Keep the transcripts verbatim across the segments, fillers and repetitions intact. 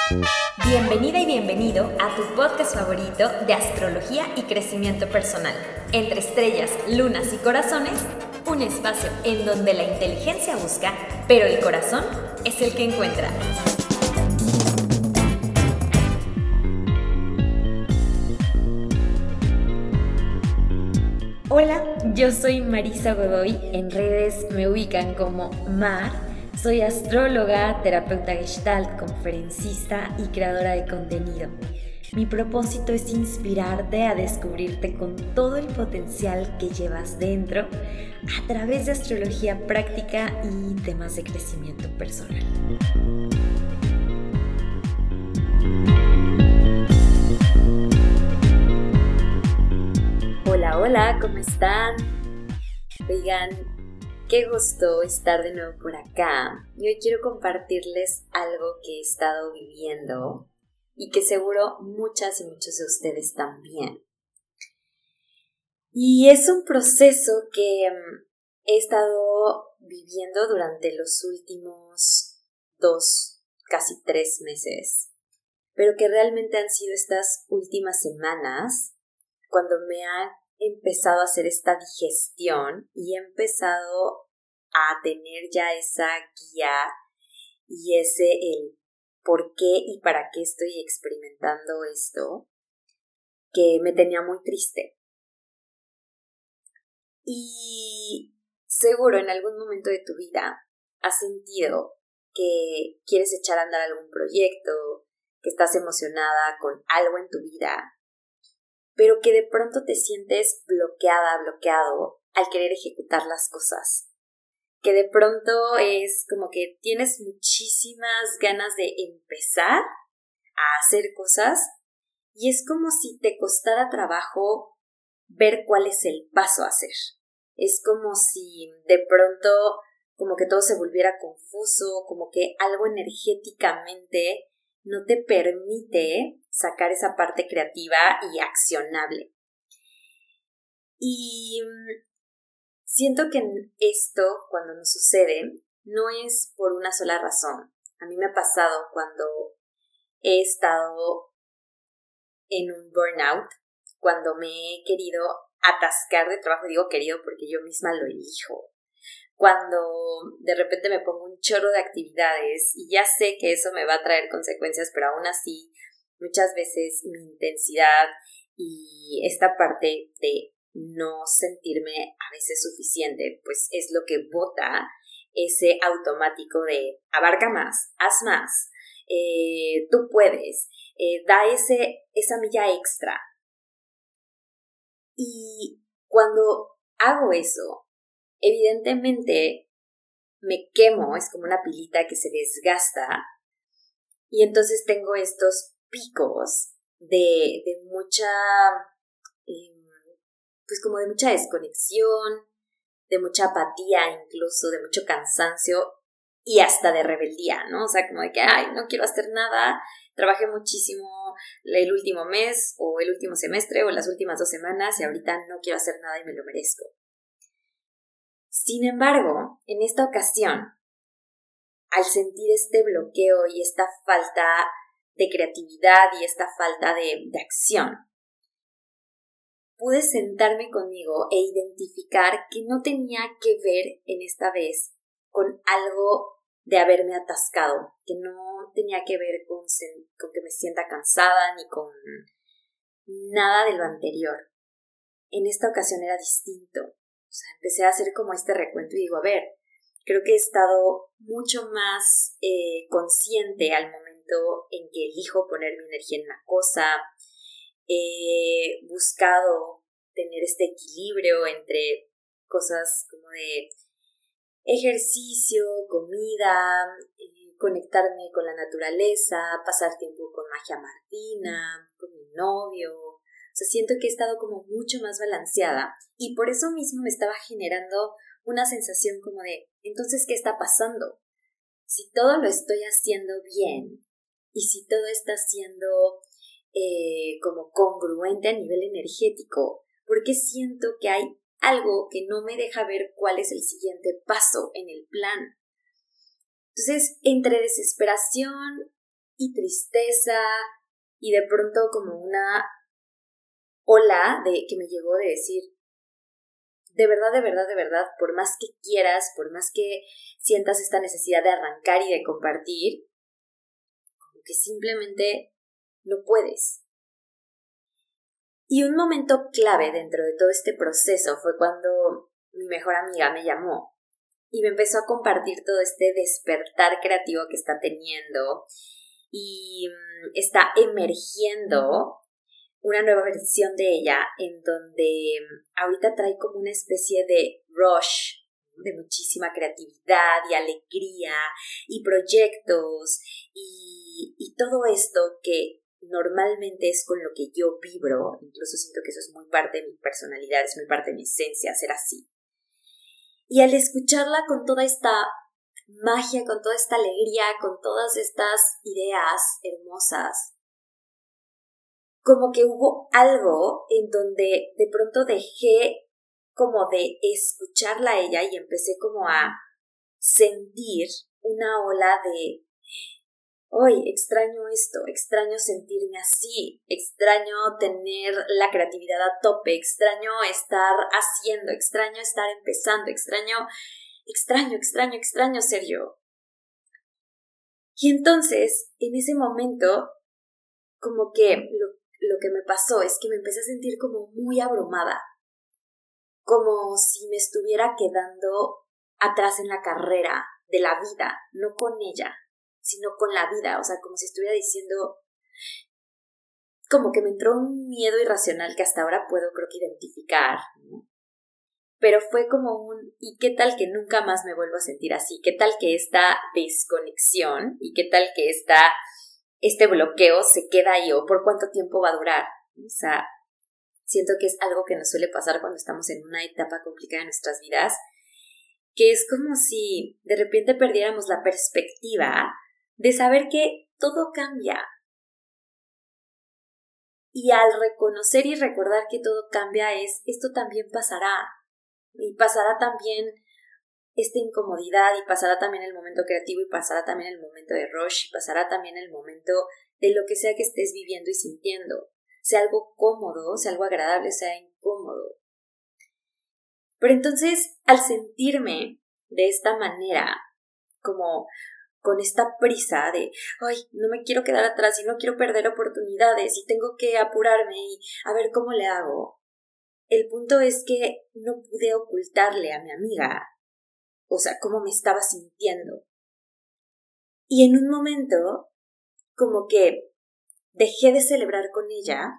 Bienvenida y bienvenido a tu podcast favorito de astrología y crecimiento personal. Entre estrellas, lunas y corazones, un espacio en donde la inteligencia busca, pero el corazón es el que encuentra. Hola, yo soy Marisa Godoy. En redes me ubican como Mar. Soy astróloga, terapeuta gestalt, conferencista y creadora de contenido. Mi propósito es inspirarte a descubrirte con todo el potencial que llevas dentro a través de astrología práctica y temas de crecimiento personal. Hola, hola, ¿cómo están? Oigan, qué gusto estar de nuevo por acá. Y hoy quiero compartirles algo que he estado viviendo y que seguro muchas y muchos de ustedes también. Y es un proceso que um, he estado viviendo durante los últimos dos, casi tres meses, pero que realmente han sido estas últimas semanas cuando me ha empezado a hacer esta digestión y he empezado a tener ya esa guía y ese el por qué y para qué estoy experimentando esto que me tenía muy triste. Y seguro en algún momento de tu vida has sentido que quieres echar a andar algún proyecto, que estás emocionada con algo en tu vida, pero que de pronto te sientes bloqueada, bloqueado al querer ejecutar las cosas. Que de pronto es como que tienes muchísimas ganas de empezar a hacer cosas y es como si te costara trabajo ver cuál es el paso a hacer. Es como si de pronto como que todo se volviera confuso, como que algo energéticamente no te permite sacar esa parte creativa y accionable. Y siento que esto, cuando nos sucede, no es por una sola razón. A mí me ha pasado cuando he estado en un burnout, cuando me he querido atascar de trabajo, digo querido porque yo misma lo elijo. Cuando de repente me pongo un chorro de actividades y ya sé que eso me va a traer consecuencias, pero aún así muchas veces mi intensidad y esta parte de no sentirme a veces suficiente, pues es lo que bota ese automático de abarca más, haz más, eh, tú puedes, eh, da ese, esa milla extra. Y cuando hago eso, evidentemente me quemo, es como una pilita que se desgasta y entonces tengo estos picos de, de mucha, eh, pues como de mucha desconexión, de mucha apatía incluso, de mucho cansancio y hasta de rebeldía, ¿no? O sea, como de que, ay, no quiero hacer nada, trabajé muchísimo el último mes o el último semestre o las últimas dos semanas y ahorita no quiero hacer nada y me lo merezco. Sin embargo, en esta ocasión, al sentir este bloqueo y esta falta de creatividad y esta falta de, de acción, pude sentarme conmigo e identificar que no tenía que ver en esta vez con algo de haberme atascado, que no tenía que ver con, con que me sienta cansada ni con nada de lo anterior. En esta ocasión era distinto. O sea, empecé a hacer como este recuento y digo, a ver, creo que he estado mucho más eh, consciente al momento en que elijo poner mi energía en una cosa. He buscado tener este equilibrio entre cosas como de ejercicio, comida, eh, conectarme con la naturaleza, pasar tiempo con magia martina, con mi novio. O sea, siento que he estado como mucho más balanceada y por eso mismo me estaba generando una sensación como de, entonces, ¿qué está pasando? Si todo lo estoy haciendo bien y si todo está siendo eh, como congruente a nivel energético, ¿por qué siento que hay algo que no me deja ver cuál es el siguiente paso en el plan? Entonces, entre desesperación y tristeza y de pronto como una ola de que me llegó de decir, de verdad, de verdad, de verdad, por más que quieras, por más que sientas esta necesidad de arrancar y de compartir, como que simplemente no puedes. Y un momento clave dentro de todo este proceso fue cuando mi mejor amiga me llamó y me empezó a compartir todo este despertar creativo que está teniendo y um, está emergiendo una nueva versión de ella en donde ahorita trae como una especie de rush de muchísima creatividad y alegría y proyectos y, y todo esto que normalmente es con lo que yo vibro. Incluso siento que eso es muy parte de mi personalidad, es muy parte de mi esencia, ser así. Y al escucharla con toda esta magia, con toda esta alegría, con todas estas ideas hermosas, como que hubo algo en donde de pronto dejé como de escucharla a ella y empecé como a sentir una ola de hoy extraño esto, extraño sentirme así, extraño tener la creatividad a tope, extraño estar haciendo, extraño estar empezando, extraño, extraño, extraño, extraño ser yo. Y entonces, en ese momento, como que lo, lo que me pasó es que me empecé a sentir como muy abrumada, como si me estuviera quedando atrás en la carrera de la vida, no con ella, sino con la vida, o sea, como si estuviera diciendo, como que me entró un miedo irracional que hasta ahora puedo creo que identificar, ¿no? Pero fue como un, ¿y qué tal que nunca más me vuelvo a sentir así? ¿Qué tal que esta desconexión y qué tal que esta, este bloqueo se queda ahí o por cuánto tiempo va a durar? O sea, siento que es algo que nos suele pasar cuando estamos en una etapa complicada de nuestras vidas, que es como si de repente perdiéramos la perspectiva de saber que todo cambia. Y al reconocer y recordar que todo cambia es, esto también pasará. Y pasará también esta incomodidad, y pasará también el momento creativo, y pasará también el momento de rush, y pasará también el momento de lo que sea que estés viviendo y sintiendo. Sea algo cómodo, sea algo agradable, sea incómodo. Pero entonces, al sentirme de esta manera, como con esta prisa de, ay, no me quiero quedar atrás y no quiero perder oportunidades y tengo que apurarme y a ver cómo le hago. El punto es que no pude ocultarle a mi amiga, o sea, cómo me estaba sintiendo. Y en un momento, como que dejé de celebrar con ella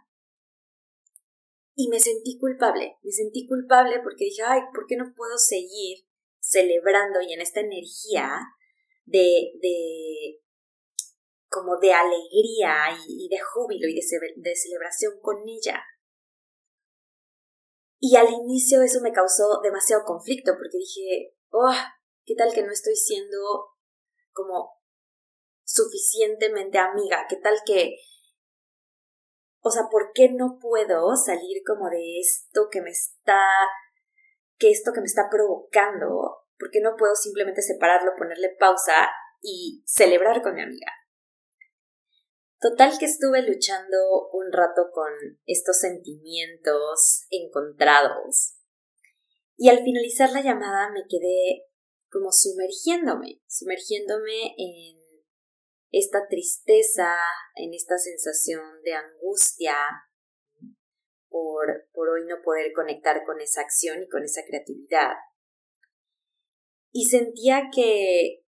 y me sentí culpable. Me sentí culpable porque dije, ay, ¿por qué no puedo seguir celebrando y en esta energía de, de como de alegría y, y de júbilo y de, de celebración con ella? Y al inicio eso me causó demasiado conflicto porque dije, oh, ¿qué tal que no estoy siendo como suficientemente amiga? ¿Qué tal que, o sea, ¿por qué no puedo salir como de esto que me está, que esto que me está provocando? ¿Por qué no puedo simplemente separarlo, ponerle pausa y celebrar con mi amiga? Total que estuve luchando un rato con estos sentimientos encontrados. Y al finalizar la llamada me quedé como sumergiéndome, sumergiéndome en esta tristeza, en esta sensación de angustia por, por hoy no poder conectar con esa acción y con esa creatividad. Y sentía que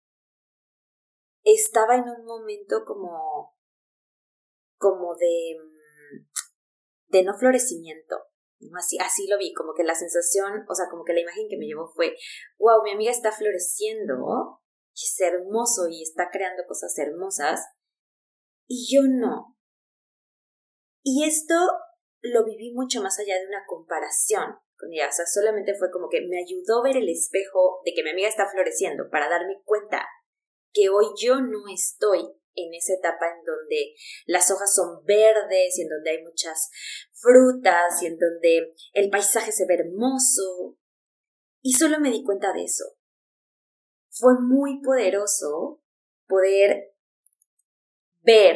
estaba en un momento como, como de, de no florecimiento. Así, así lo vi, como que la sensación, o sea, como que la imagen que me llevó fue, wow, mi amiga está floreciendo, y es hermoso y está creando cosas hermosas, y yo no. Y esto lo viví mucho más allá de una comparación con ella, o sea, solamente fue como que me ayudó a ver el espejo de que mi amiga está floreciendo para darme cuenta que hoy yo no estoy en esa etapa en donde las hojas son verdes y en donde hay muchas frutas y en donde el paisaje se ve hermoso. Y solo me di cuenta de eso. Fue muy poderoso poder ver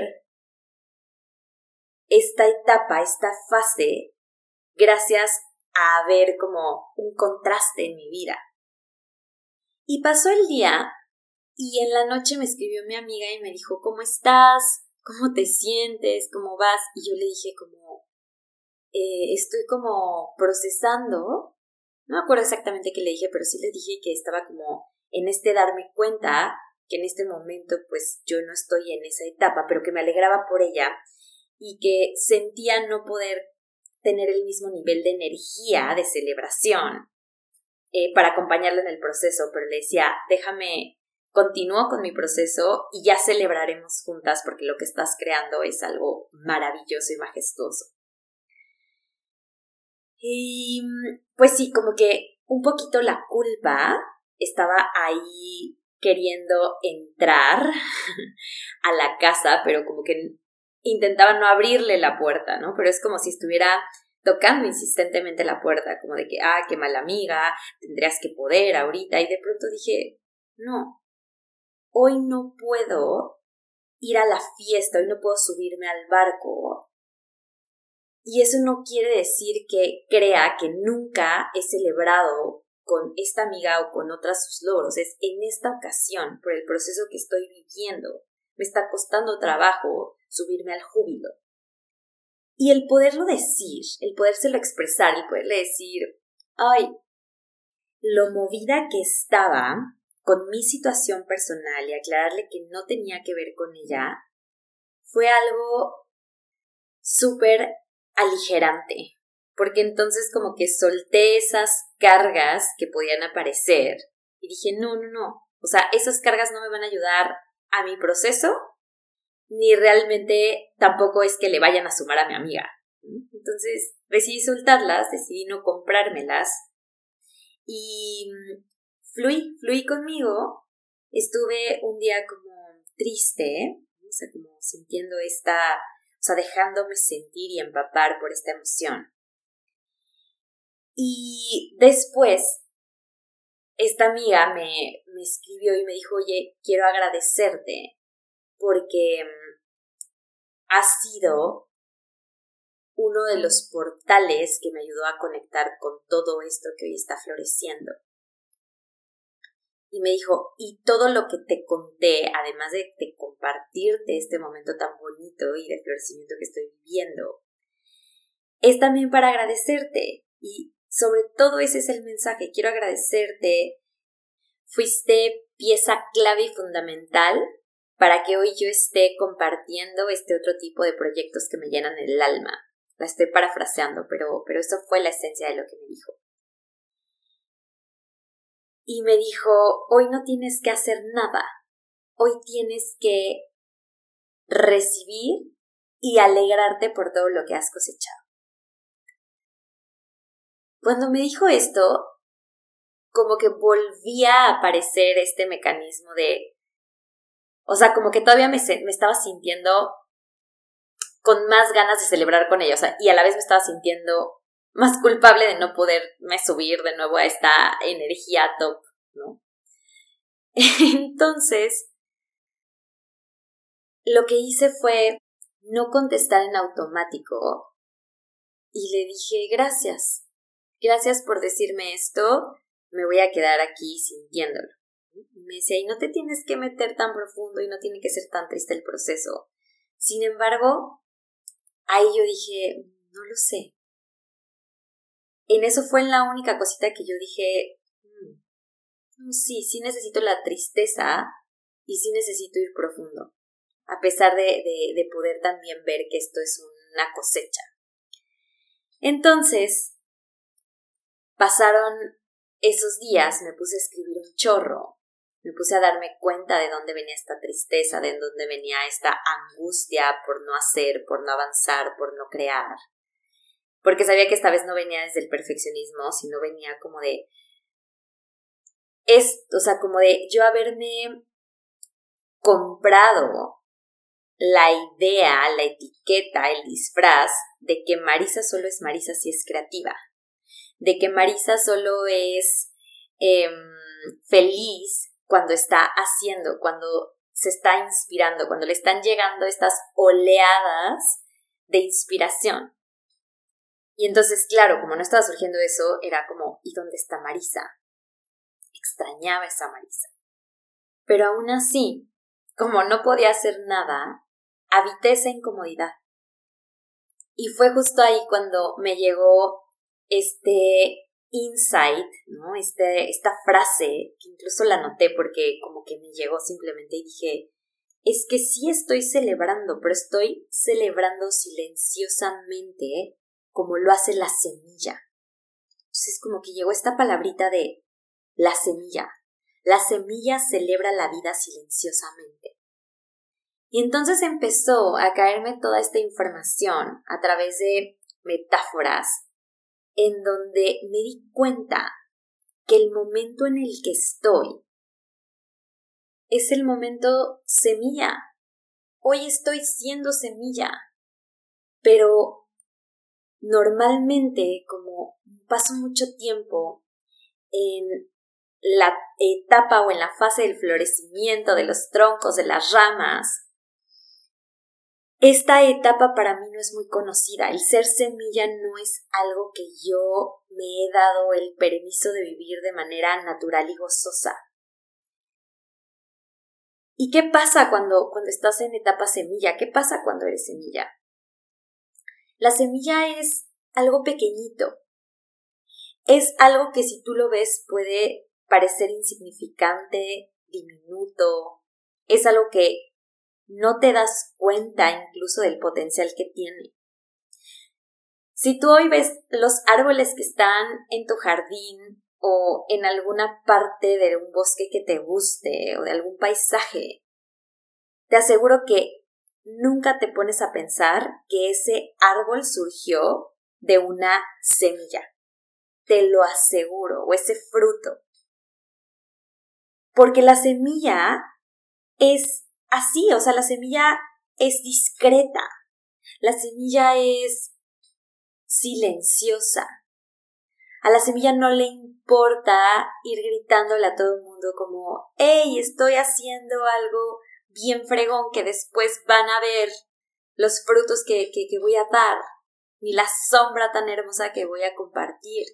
esta etapa, esta fase, gracias a ver como un contraste en mi vida. Y pasó el día y en la noche me escribió mi amiga y me dijo, ¿cómo estás? ¿Cómo te sientes? ¿Cómo vas? Y yo le dije como, eh, estoy como procesando, no me acuerdo exactamente qué le dije, pero sí le dije que estaba como en este darme cuenta que en este momento pues yo no estoy en esa etapa, pero que me alegraba por ella y que sentía no poder tener el mismo nivel de energía, de celebración, eh, para acompañarla en el proceso, pero le decía, déjame, continúo con mi proceso y ya celebraremos juntas porque lo que estás creando es algo maravilloso y majestuoso. Y pues sí, como que un poquito la culpa estaba ahí queriendo entrar a la casa, pero como que intentaba no abrirle la puerta, ¿no? Pero es como si estuviera tocando insistentemente la puerta, como de que, ah, qué mala amiga, tendrías que poder ahorita. Y de pronto dije, no, hoy no puedo ir a la fiesta, hoy no puedo subirme al barco. Y eso no quiere decir que crea que nunca he celebrado con esta amiga o con otras sus logros. Es en esta ocasión, por el proceso que estoy viviendo, me está costando trabajo subirme al júbilo. Y el poderlo decir, el podérselo expresar, el poderle decir, ay, lo movida que estaba con mi situación personal y aclararle que no tenía que ver con ella, fue algo súper aligerante, porque entonces como que solté esas cargas que podían aparecer y dije, no, no, no, o sea, esas cargas no me van a ayudar a mi proceso, ni realmente tampoco es que le vayan a sumar a mi amiga. Entonces decidí soltarlas, decidí no comprármelas y fluí, fluí conmigo. Estuve un día como triste, o sea, como sintiendo esta, o sea, dejándome sentir y empapar por esta emoción. Y después, esta amiga me, me escribió y me dijo, oye, quiero agradecerte porque has sido uno de los portales que me ayudó a conectar con todo esto que hoy está floreciendo. Y me dijo, y todo lo que te conté, además de, de compartirte este momento tan bonito y de florecimiento que estoy viviendo, es también para agradecerte. Y sobre todo ese es el mensaje, quiero agradecerte. Fuiste pieza clave y fundamental para que hoy yo esté compartiendo este otro tipo de proyectos que me llenan el alma. La estoy parafraseando, pero, pero eso fue la esencia de lo que me dijo. Y me dijo, hoy no tienes que hacer nada. Hoy tienes que recibir y alegrarte por todo lo que has cosechado. Cuando me dijo esto, como que volvía a aparecer este mecanismo de, o sea, como que todavía me, me estaba sintiendo con más ganas de celebrar con ella, o sea, y a la vez me estaba sintiendo más culpable de no poderme subir de nuevo a esta energía top, ¿no? Entonces, lo que hice fue no contestar en automático y le dije, gracias, gracias por decirme esto, me voy a quedar aquí sintiéndolo. Y me decía, y no te tienes que meter tan profundo y no tiene que ser tan triste el proceso. Sin embargo, ahí yo dije, no lo sé. En eso fue la única cosita que yo dije, mmm, sí, sí necesito la tristeza y sí necesito ir profundo, a pesar de, de, de poder también ver que esto es una cosecha. Entonces, pasaron esos días, me puse a escribir un chorro, me puse a darme cuenta de dónde venía esta tristeza, de dónde venía esta angustia por no hacer, por no avanzar, por no crear. Porque sabía que esta vez no venía desde el perfeccionismo, sino venía como de, es, o sea, como de yo haberme comprado la idea, la etiqueta, el disfraz de que Marisa solo es Marisa si es creativa, de que Marisa solo es eh, feliz cuando está haciendo, cuando se está inspirando, cuando le están llegando estas oleadas de inspiración. Y entonces, claro, como no estaba surgiendo eso, era como, ¿y dónde está Marisa? Extrañaba esa Marisa. Pero aún así, como no podía hacer nada, habité esa incomodidad. Y fue justo ahí cuando me llegó este insight, ¿no? Este, esta frase, que incluso la anoté porque como que me llegó simplemente y dije, es que sí estoy celebrando, pero estoy celebrando silenciosamente como lo hace la semilla. Entonces como que llegó esta palabrita de la semilla. La semilla celebra la vida silenciosamente. Y entonces empezó a caerme toda esta información a través de metáforas en donde me di cuenta que el momento en el que estoy es el momento semilla. Hoy estoy siendo semilla, pero normalmente como paso mucho tiempo en la etapa o en la fase del florecimiento de los troncos, de las ramas, esta etapa para mí no es muy conocida. El ser semilla no es algo que yo me he dado el permiso de vivir de manera natural y gozosa. ¿Y qué pasa cuando, cuando estás en etapa semilla? ¿Qué pasa cuando eres semilla? La semilla es algo pequeñito. Es algo que si tú lo ves puede parecer insignificante, diminuto. Es algo que no te das cuenta incluso del potencial que tiene. Si tú hoy ves los árboles que están en tu jardín o en alguna parte de un bosque que te guste o de algún paisaje, te aseguro que nunca te pones a pensar que ese árbol surgió de una semilla. Te lo aseguro, o ese fruto. Porque la semilla es así, o sea, la semilla es discreta, la semilla es silenciosa. A la semilla no le importa ir gritándole a todo el mundo como, hey, estoy haciendo algo bien fregón que después van a ver los frutos que, que, que voy a dar, ni la sombra tan hermosa que voy a compartir.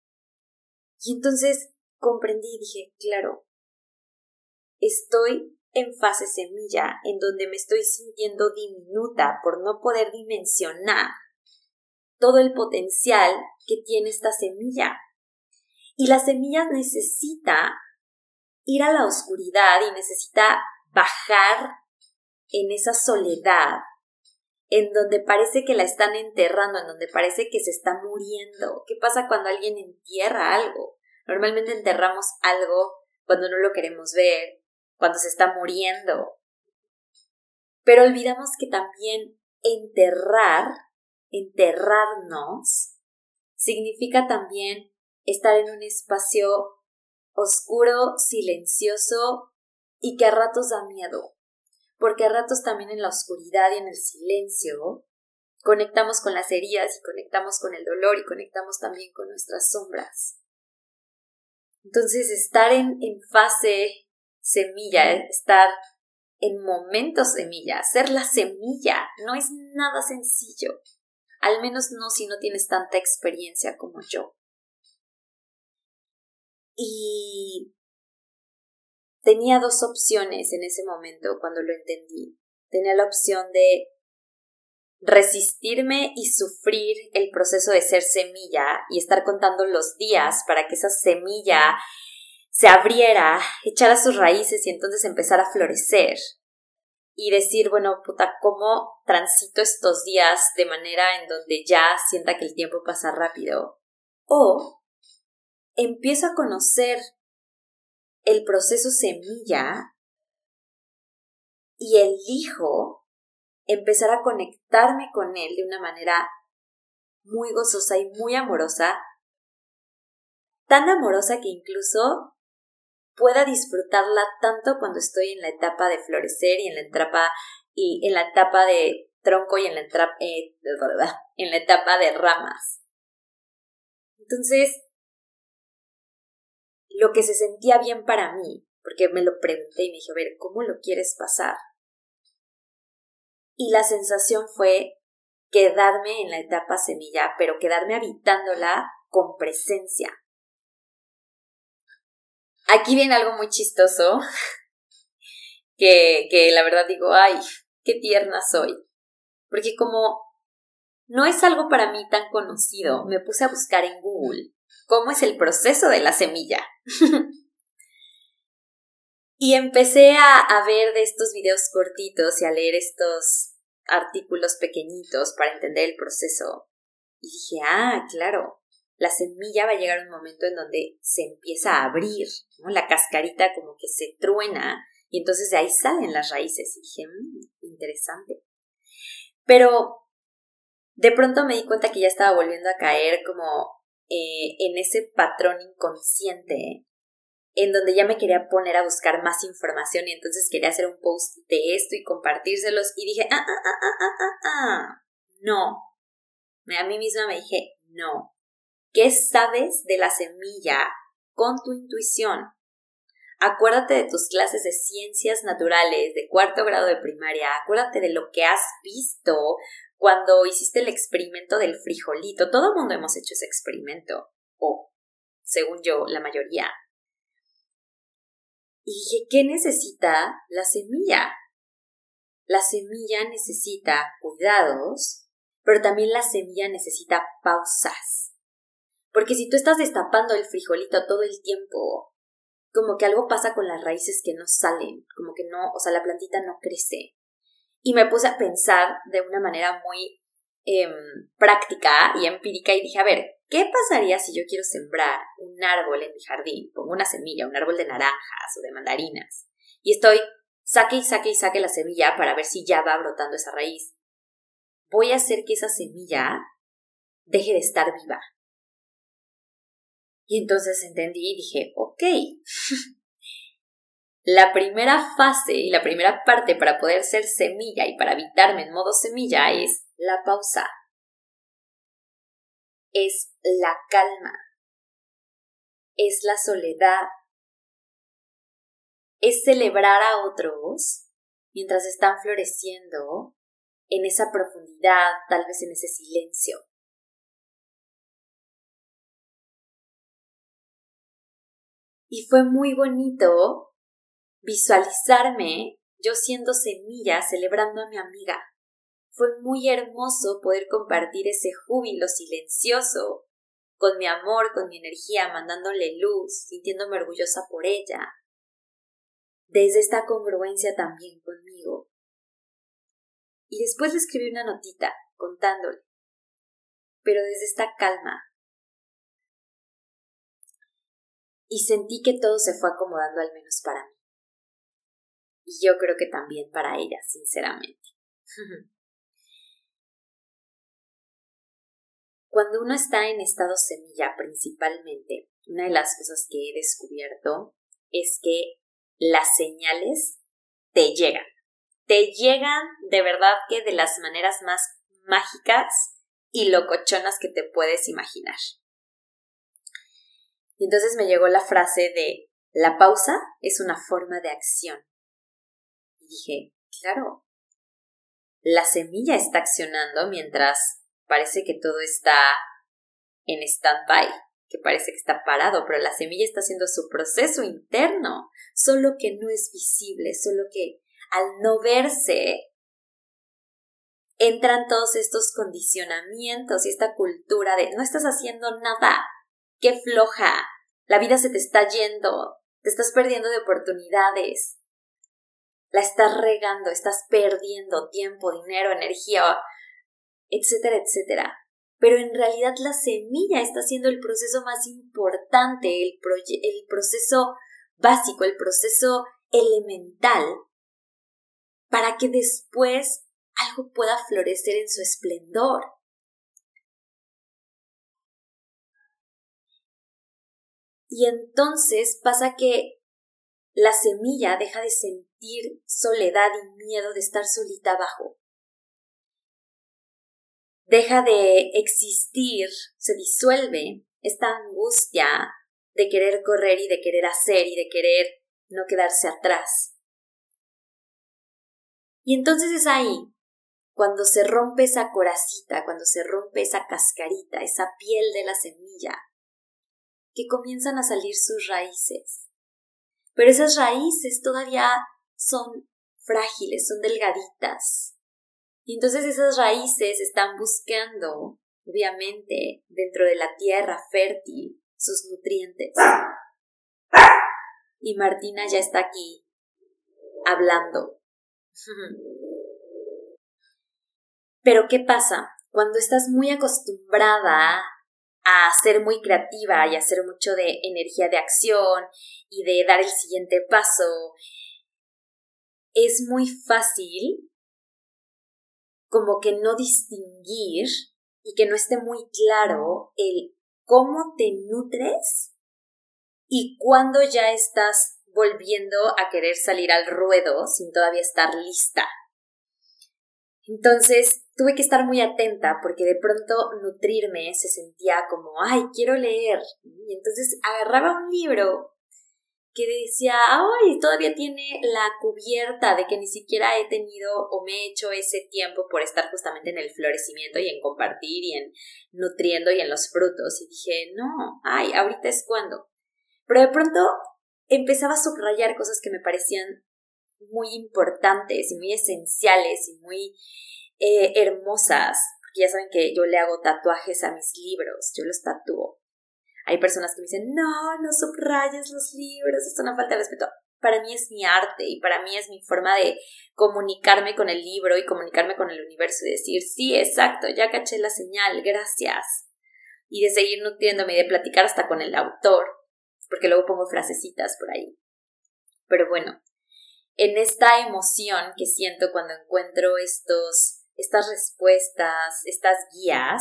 Y entonces comprendí y dije, claro, estoy en fase semilla, en donde me estoy sintiendo diminuta por no poder dimensionar todo el potencial que tiene esta semilla. Y la semilla necesita ir a la oscuridad y necesita bajar en esa soledad, en donde parece que la están enterrando, en donde parece que se está muriendo. ¿Qué pasa cuando alguien entierra algo? Normalmente enterramos algo cuando no lo queremos ver, cuando se está muriendo. Pero olvidamos que también enterrar, enterrarnos, significa también estar en un espacio oscuro, silencioso y que a ratos da miedo. Porque a ratos también en la oscuridad y en el silencio conectamos con las heridas y conectamos con el dolor y conectamos también con nuestras sombras. Entonces estar en, en fase semilla, estar en momento semilla, ser la semilla, no es nada sencillo. Al menos no si no tienes tanta experiencia como yo. Y tenía dos opciones en ese momento cuando lo entendí. Tenía la opción de resistirme y sufrir el proceso de ser semilla y estar contando los días para que esa semilla se abriera, echara sus raíces y entonces empezara a florecer. Y decir, bueno, puta, ¿cómo transito estos días de manera en donde ya sienta que el tiempo pasa rápido? O empiezo a conocer el proceso semilla y elijo empezar a conectarme con él de una manera muy gozosa y muy amorosa, tan amorosa que incluso pueda disfrutarla tanto cuando estoy en la etapa de florecer y en la etapa, y en la etapa de tronco y en la, entra, eh, en la etapa de ramas. Entonces, lo que se sentía bien para mí, porque me lo pregunté y me dije, a ver, ¿cómo lo quieres pasar? Y la sensación fue quedarme en la etapa semilla, pero quedarme habitándola con presencia. Aquí viene algo muy chistoso, que, que la verdad digo, ay, qué tierna soy. Porque como no es algo para mí tan conocido, me puse a buscar en Google cómo es el proceso de la semilla. Y empecé a, a ver de estos videos cortitos y a leer estos artículos pequeñitos para entender el proceso. Y dije, ah, claro, la semilla va a llegar a un momento en donde se empieza a abrir, ¿no? La cascarita como que se truena y entonces de ahí salen las raíces. Y dije, mmm, interesante. Pero de pronto me di cuenta que ya estaba volviendo a caer como eh, en ese patrón inconsciente en donde ya me quería poner a buscar más información y entonces quería hacer un post de esto y compartírselos y dije, ah, ah, ah, ah, ah, ah, no. A mí misma me dije, no. ¿Qué sabes de la semilla con tu intuición? Acuérdate de tus clases de ciencias naturales de cuarto grado de primaria, acuérdate de lo que has visto cuando hiciste el experimento del frijolito. Todo el mundo hemos hecho ese experimento, o según yo, la mayoría. Y dije, ¿qué necesita la semilla? La semilla necesita cuidados, pero también la semilla necesita pausas. Porque si tú estás destapando el frijolito todo el tiempo, como que algo pasa con las raíces que no salen, como que no, o sea, la plantita no crece. Y me puse a pensar de una manera muy eh, práctica y empírica y dije, a ver, ¿qué pasaría si yo quiero sembrar un árbol en mi jardín? Pongo una semilla, un árbol de naranjas o de mandarinas. Y estoy, saque y saque y saque la semilla para ver si ya va brotando esa raíz. Voy a hacer que esa semilla deje de estar viva. Y entonces entendí y dije, ok. La primera fase y la primera parte para poder ser semilla y para habitarme en modo semilla es la pausa. Es la calma. Es la soledad. Es celebrar a otros mientras están floreciendo en esa profundidad, tal vez en ese silencio. Y fue muy bonito visualizarme yo siendo semilla celebrando a mi amiga. Fue muy hermoso poder compartir ese júbilo silencioso con mi amor, con mi energía, mandándole luz, sintiéndome orgullosa por ella. Desde esta congruencia también conmigo. Y después le escribí una notita contándole, pero desde esta calma. Y sentí que todo se fue acomodando al menos para mí. Y yo creo que también para ella, sinceramente. Cuando uno está en estado semilla principalmente, una de las cosas que he descubierto es que las señales te llegan. Te llegan de verdad que de las maneras más mágicas y locochonas que te puedes imaginar. Y entonces me llegó la frase de la pausa es una forma de acción. Y dije, claro, la semilla está accionando mientras parece que todo está en stand-by, que parece que está parado, pero la semilla está haciendo su proceso interno, solo que no es visible, solo que al no verse entran todos estos condicionamientos y esta cultura de no estás haciendo nada, qué floja, la vida se te está yendo, te estás perdiendo de oportunidades, la estás regando, estás perdiendo tiempo, dinero, energía, etcétera, etcétera. Pero en realidad la semilla está haciendo el proceso más importante, el, proye- el proceso básico, el proceso elemental, para que después algo pueda florecer en su esplendor. Y entonces pasa que la semilla deja de sentir soledad y miedo de estar solita abajo. Deja de existir, se disuelve esta angustia de querer correr y de querer hacer y de querer no quedarse atrás. Y entonces es ahí, cuando se rompe esa coracita, cuando se rompe esa cascarita, esa piel de la semilla, que comienzan a salir sus raíces. Pero esas raíces todavía son frágiles, son delgaditas. Y entonces esas raíces están buscando, obviamente, dentro de la tierra fértil, sus nutrientes. Y Martina ya está aquí, hablando. Pero ¿qué pasa? Cuando estás muy acostumbrada a ser muy creativa y a hacer mucho de energía de acción y de dar el siguiente paso, es muy fácil como que no distinguir y que no esté muy claro el cómo te nutres y cuándo ya estás volviendo a querer salir al ruedo sin todavía estar lista. Entonces tuve que estar muy atenta porque de pronto nutrirme se sentía como, ay, quiero leer. Y entonces agarraba un libro que decía, ay, todavía tiene la cubierta de que ni siquiera he tenido o me he hecho ese tiempo por estar justamente en el florecimiento y en compartir y en nutriendo y en los frutos. Y dije, no, ay, ahorita es cuando. Pero de pronto empezaba a subrayar cosas que me parecían muy importantes y muy esenciales y muy eh, hermosas, porque ya saben que yo le hago tatuajes a mis libros, yo los tatúo. Hay personas que me dicen, no, no subrayes los libros, es una falta de respeto. Para mí es mi arte y para mí es mi forma de comunicarme con el libro y comunicarme con el universo y decir, sí, exacto, ya caché la señal, gracias. Y de seguir nutriéndome y de platicar hasta con el autor, porque luego pongo frasecitas por ahí. Pero bueno, en esta emoción que siento cuando encuentro estos, estas respuestas, estas guías,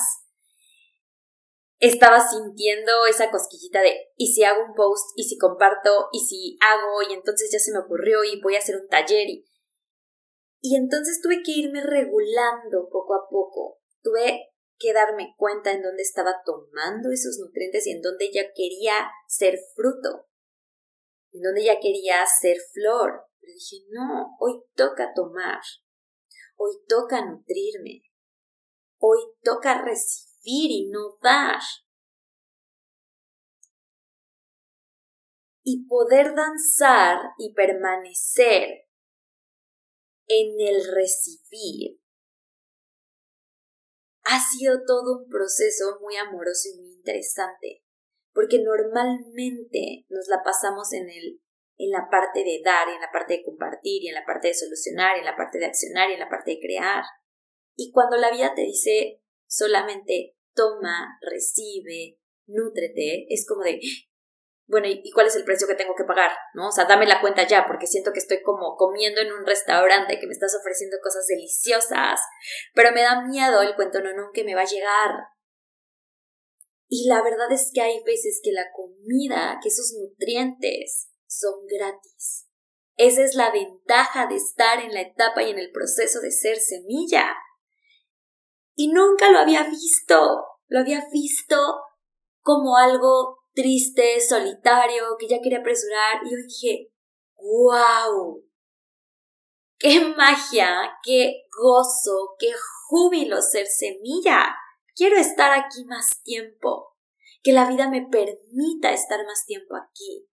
estaba sintiendo esa cosquillita de, ¿y si hago un post? ¿Y si comparto? ¿Y si hago? Y entonces ya se me ocurrió y voy a hacer un taller. Y, y entonces tuve que irme regulando poco a poco. Tuve que darme cuenta en dónde estaba tomando esos nutrientes y en dónde ya quería ser fruto. En dónde ya quería ser flor. Pero dije, no, hoy toca tomar. Hoy toca nutrirme. Hoy toca recibir y no dar. Y poder danzar y permanecer en el recibir ha sido todo un proceso muy amoroso y muy interesante, porque normalmente nos la pasamos en el, en la parte de dar, y en la parte de compartir, y en la parte de solucionar, y en la parte de accionar, y en la parte de crear. Y cuando la vida te dice solamente toma, recibe, nútrete, es como de, bueno, ¿y cuál es el precio que tengo que pagar? ¿No? O sea, dame la cuenta ya, porque siento que estoy como comiendo en un restaurante que me estás ofreciendo cosas deliciosas, pero me da miedo el cuento no, no, que me va a llegar. Y la verdad es que hay veces que la comida, que esos nutrientes son gratis. Esa es la ventaja de estar en la etapa y en el proceso de ser semilla. Y nunca lo había visto, lo había visto como algo triste, solitario, que ya quería apresurar. Y yo dije, ¡wow! ¡Qué magia! ¡Qué gozo! ¡Qué júbilo ser semilla! Quiero estar aquí más tiempo, que la vida me permita estar más tiempo aquí.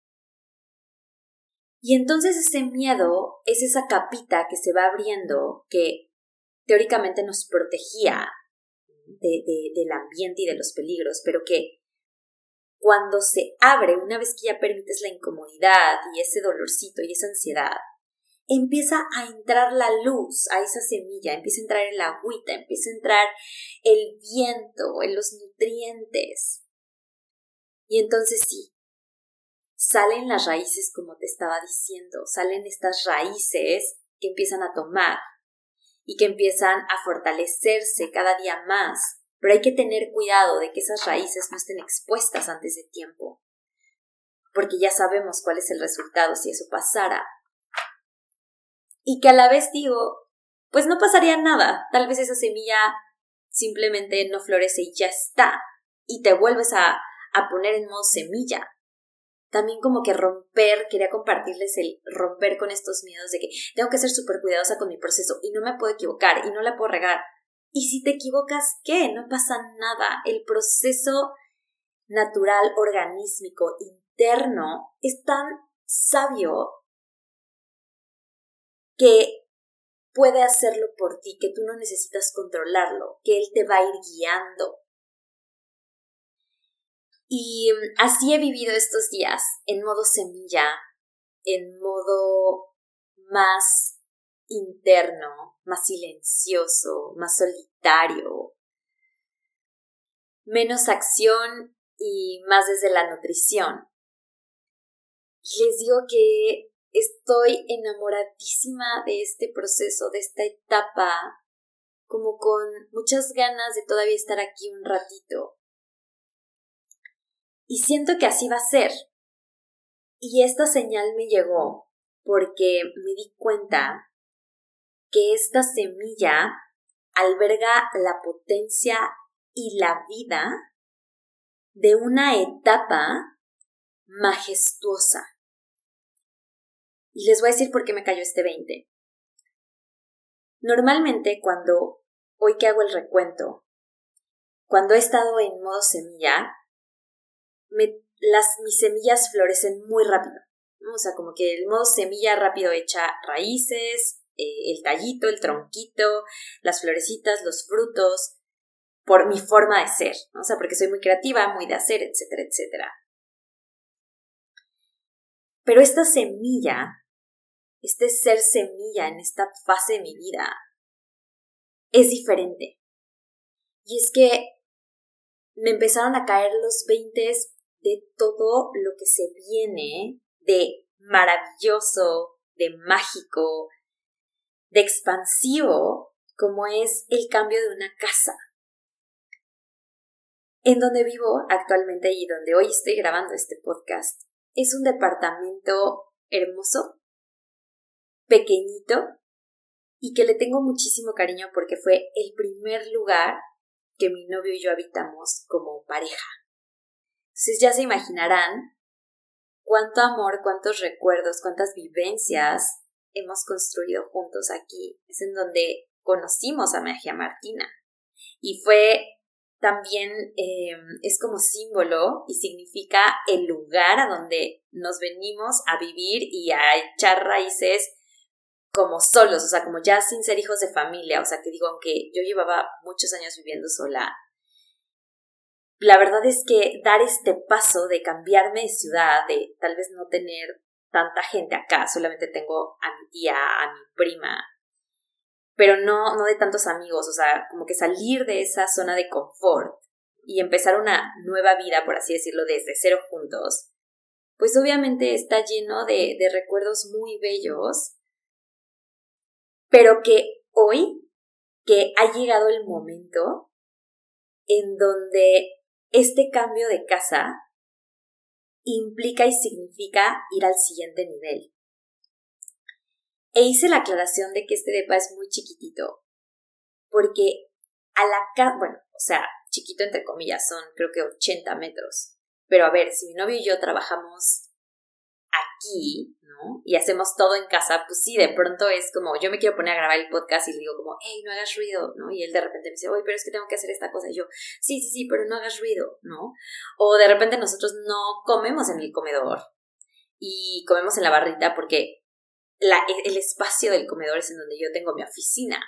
Y entonces ese miedo es esa capita que se va abriendo, que teóricamente nos protegía de, de, del ambiente y de los peligros, pero que cuando se abre, una vez que ya permites la incomodidad y ese dolorcito y esa ansiedad, empieza a entrar la luz a esa semilla, empieza a entrar el agüita, empieza a entrar el viento, en los nutrientes. Y entonces sí, salen las raíces como te estaba diciendo, salen estas raíces que empiezan a tomar y que empiezan a fortalecerse cada día más, pero hay que tener cuidado de que esas raíces no estén expuestas antes de tiempo, porque ya sabemos cuál es el resultado si eso pasara. Y que a la vez digo, pues no pasaría nada, tal vez esa semilla simplemente no florece y ya está, y te vuelves a, a poner en modo semilla. también como que romper, quería compartirles el romper con estos miedos de que tengo que ser súper cuidadosa con mi proceso y no me puedo equivocar y no la puedo regar. Y si te equivocas, ¿qué? No pasa nada. El proceso natural, organísmico, interno, es tan sabio que puede hacerlo por ti, que tú no necesitas controlarlo, que él te va a ir guiando. Y así he vivido estos días, en modo semilla, en modo más interno, más silencioso, más solitario, menos acción y más desde la nutrición. Y les digo que estoy enamoradísima de este proceso, de esta etapa, como con muchas ganas de todavía estar aquí un ratito. Y siento que así va a ser. Y esta señal me llegó porque me di cuenta que esta semilla alberga la potencia y la vida de una etapa majestuosa. Y les voy a decir por qué me cayó este veinte. Normalmente cuando, hoy que hago el recuento, cuando he estado en modo semilla, me, las, mis semillas florecen muy rápido, ¿no? O sea, como que el modo semilla rápido echa raíces, eh, el tallito, el tronquito, las florecitas, los frutos, por mi forma de ser, ¿no? O sea, porque soy muy creativa, muy de hacer, etcétera, etcétera. Pero esta semilla, este ser semilla en esta fase de mi vida, es diferente. Y es que me empezaron a caer los veintes de todo lo que se viene de maravilloso, de mágico, de expansivo, como es el cambio de una casa. En donde vivo actualmente y donde hoy estoy grabando este podcast, es un departamento hermoso, pequeñito, y que le tengo muchísimo cariño porque fue el primer lugar que mi novio y yo habitamos como pareja. Entonces ya se imaginarán cuánto amor, cuántos recuerdos, cuántas vivencias hemos construido juntos aquí. Es en donde conocimos a Magia Martina. Y fue también, eh, es como símbolo y significa el lugar a donde nos venimos a vivir y a echar raíces como solos, o sea, como ya sin ser hijos de familia. O sea, que digo, aunque yo llevaba muchos años viviendo sola, la verdad es que dar este paso de cambiarme de ciudad, de tal vez no tener tanta gente acá, solamente tengo a mi tía, a mi prima, pero no, no de tantos amigos, o sea, como que salir de esa zona de confort y empezar una nueva vida, por así decirlo, desde cero juntos, pues obviamente está lleno de, de recuerdos muy bellos, pero que hoy, que ha llegado el momento en donde este cambio de casa implica y significa ir al siguiente nivel. E hice la aclaración de que este depa es muy chiquitito, porque a la casa, bueno, o sea, chiquito entre comillas, son creo que ochenta metros. Pero a ver, si mi novio y yo trabajamos aquí, ¿no? Y hacemos todo en casa, pues sí, de pronto es como, yo me quiero poner a grabar el podcast y le digo como, hey, no hagas ruido, ¿no? Y él de repente me dice, oye, pero es que tengo que hacer esta cosa. Y yo, sí, sí, sí, pero no hagas ruido, ¿no? O de repente nosotros no comemos en el comedor y comemos en la barrita porque la, el espacio del comedor es en donde yo tengo mi oficina.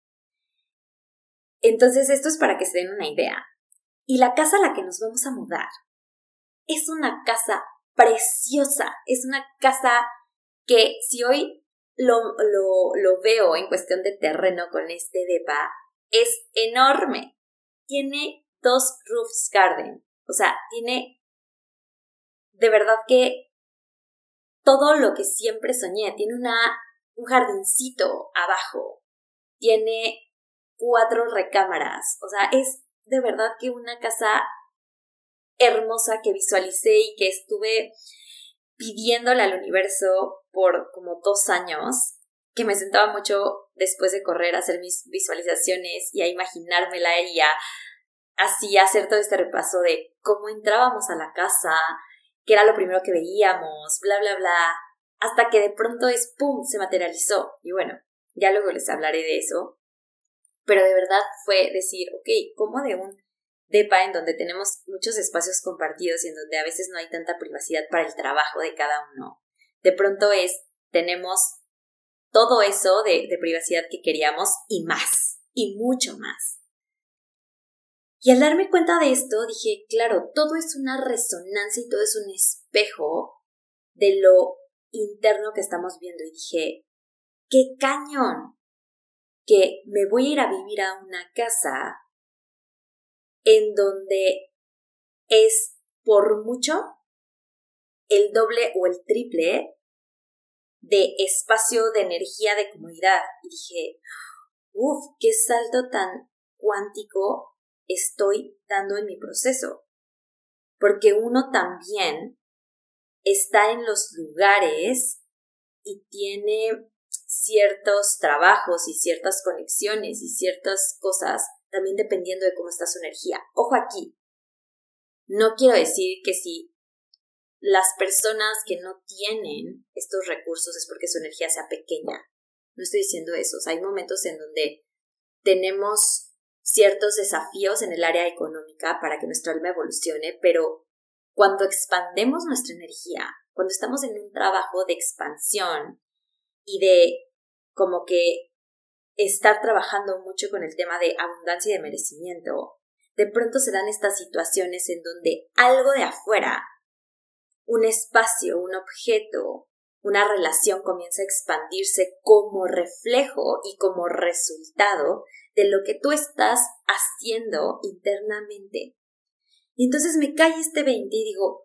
Entonces esto es para que se den una idea. Y la casa a la que nos vamos a mudar es una casa preciosa, es una casa que si hoy lo, lo, lo veo en cuestión de terreno con este depa, es enorme. Tiene dos roofs garden, o sea, tiene de verdad que todo lo que siempre soñé. Tiene una, un jardincito abajo, tiene cuatro recámaras, o sea, es de verdad que una casa hermosa que visualicé y que estuve pidiéndole al universo por como dos años, que me sentaba mucho después de correr a hacer mis visualizaciones y a imaginármela y a así hacer todo este repaso de cómo entrábamos a la casa que era lo primero que veíamos, bla, bla, bla, hasta que de pronto es ¡pum!, se materializó. Y bueno, ya luego les hablaré de eso. Pero de verdad fue decir, ok, ¿cómo de un depa en donde tenemos muchos espacios compartidos y en donde a veces no hay tanta privacidad para el trabajo de cada uno? De pronto es, tenemos todo eso de, de privacidad que queríamos y más, y mucho más. Y al darme cuenta de esto dije, claro, todo es una resonancia y todo es un espejo de lo interno que estamos viendo. Y dije, ¡qué cañón! Que me voy a ir a vivir a una casa en donde es por mucho el doble o el triple de espacio, de energía, de comodidad. Y dije, uff, qué salto tan cuántico estoy dando en mi proceso. Porque uno también está en los lugares y tiene ciertos trabajos y ciertas conexiones y ciertas cosas, también dependiendo de cómo está su energía. Ojo aquí, no quiero decir que si las personas que no tienen estos recursos es porque su energía sea pequeña. No estoy diciendo eso. O sea, hay momentos en donde tenemos ciertos desafíos en el área económica para que nuestra alma evolucione, pero cuando expandemos nuestra energía, cuando estamos en un trabajo de expansión y de como que estar trabajando mucho con el tema de abundancia y de merecimiento, de pronto se dan estas situaciones en donde algo de afuera, un espacio, un objeto, una relación comienza a expandirse como reflejo y como resultado de lo que tú estás haciendo internamente. Y entonces me cae este veinte y digo,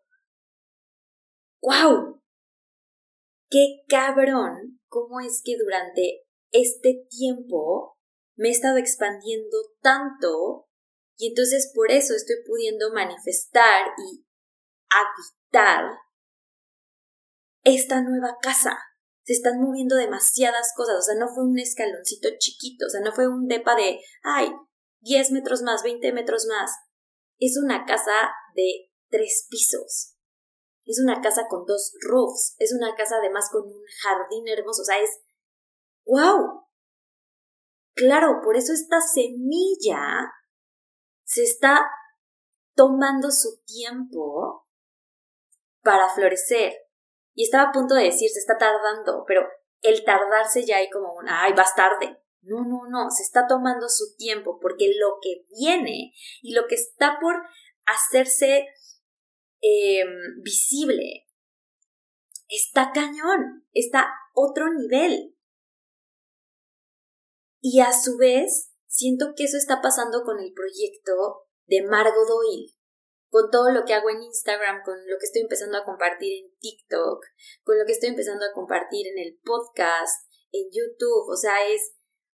¡wow! ¡Qué cabrón! ¿Cómo es que durante este tiempo me he estado expandiendo tanto? Y entonces por eso estoy pudiendo manifestar y habitar esta nueva casa. Se están moviendo demasiadas cosas, o sea, no fue un escaloncito chiquito, o sea, no fue un depa de, ay, diez metros más, veinte metros más. Es una casa de tres pisos. Es una casa con dos roofs. Es una casa además con un jardín hermoso. O sea, es ¡wow! Claro, por eso esta semilla se está tomando su tiempo para florecer. Y estaba a punto de decir, se está tardando, pero el tardarse ya hay como un, ¡ay, vas tarde! No, no, no, se está tomando su tiempo porque lo que viene y lo que está por hacerse eh, visible está cañón, está otro nivel. Y a su vez, siento que eso está pasando con el proyecto de Margot Doyle, con todo lo que hago en Instagram, con lo que estoy empezando a compartir en TikTok, con lo que estoy empezando a compartir en el podcast, en YouTube. O sea, es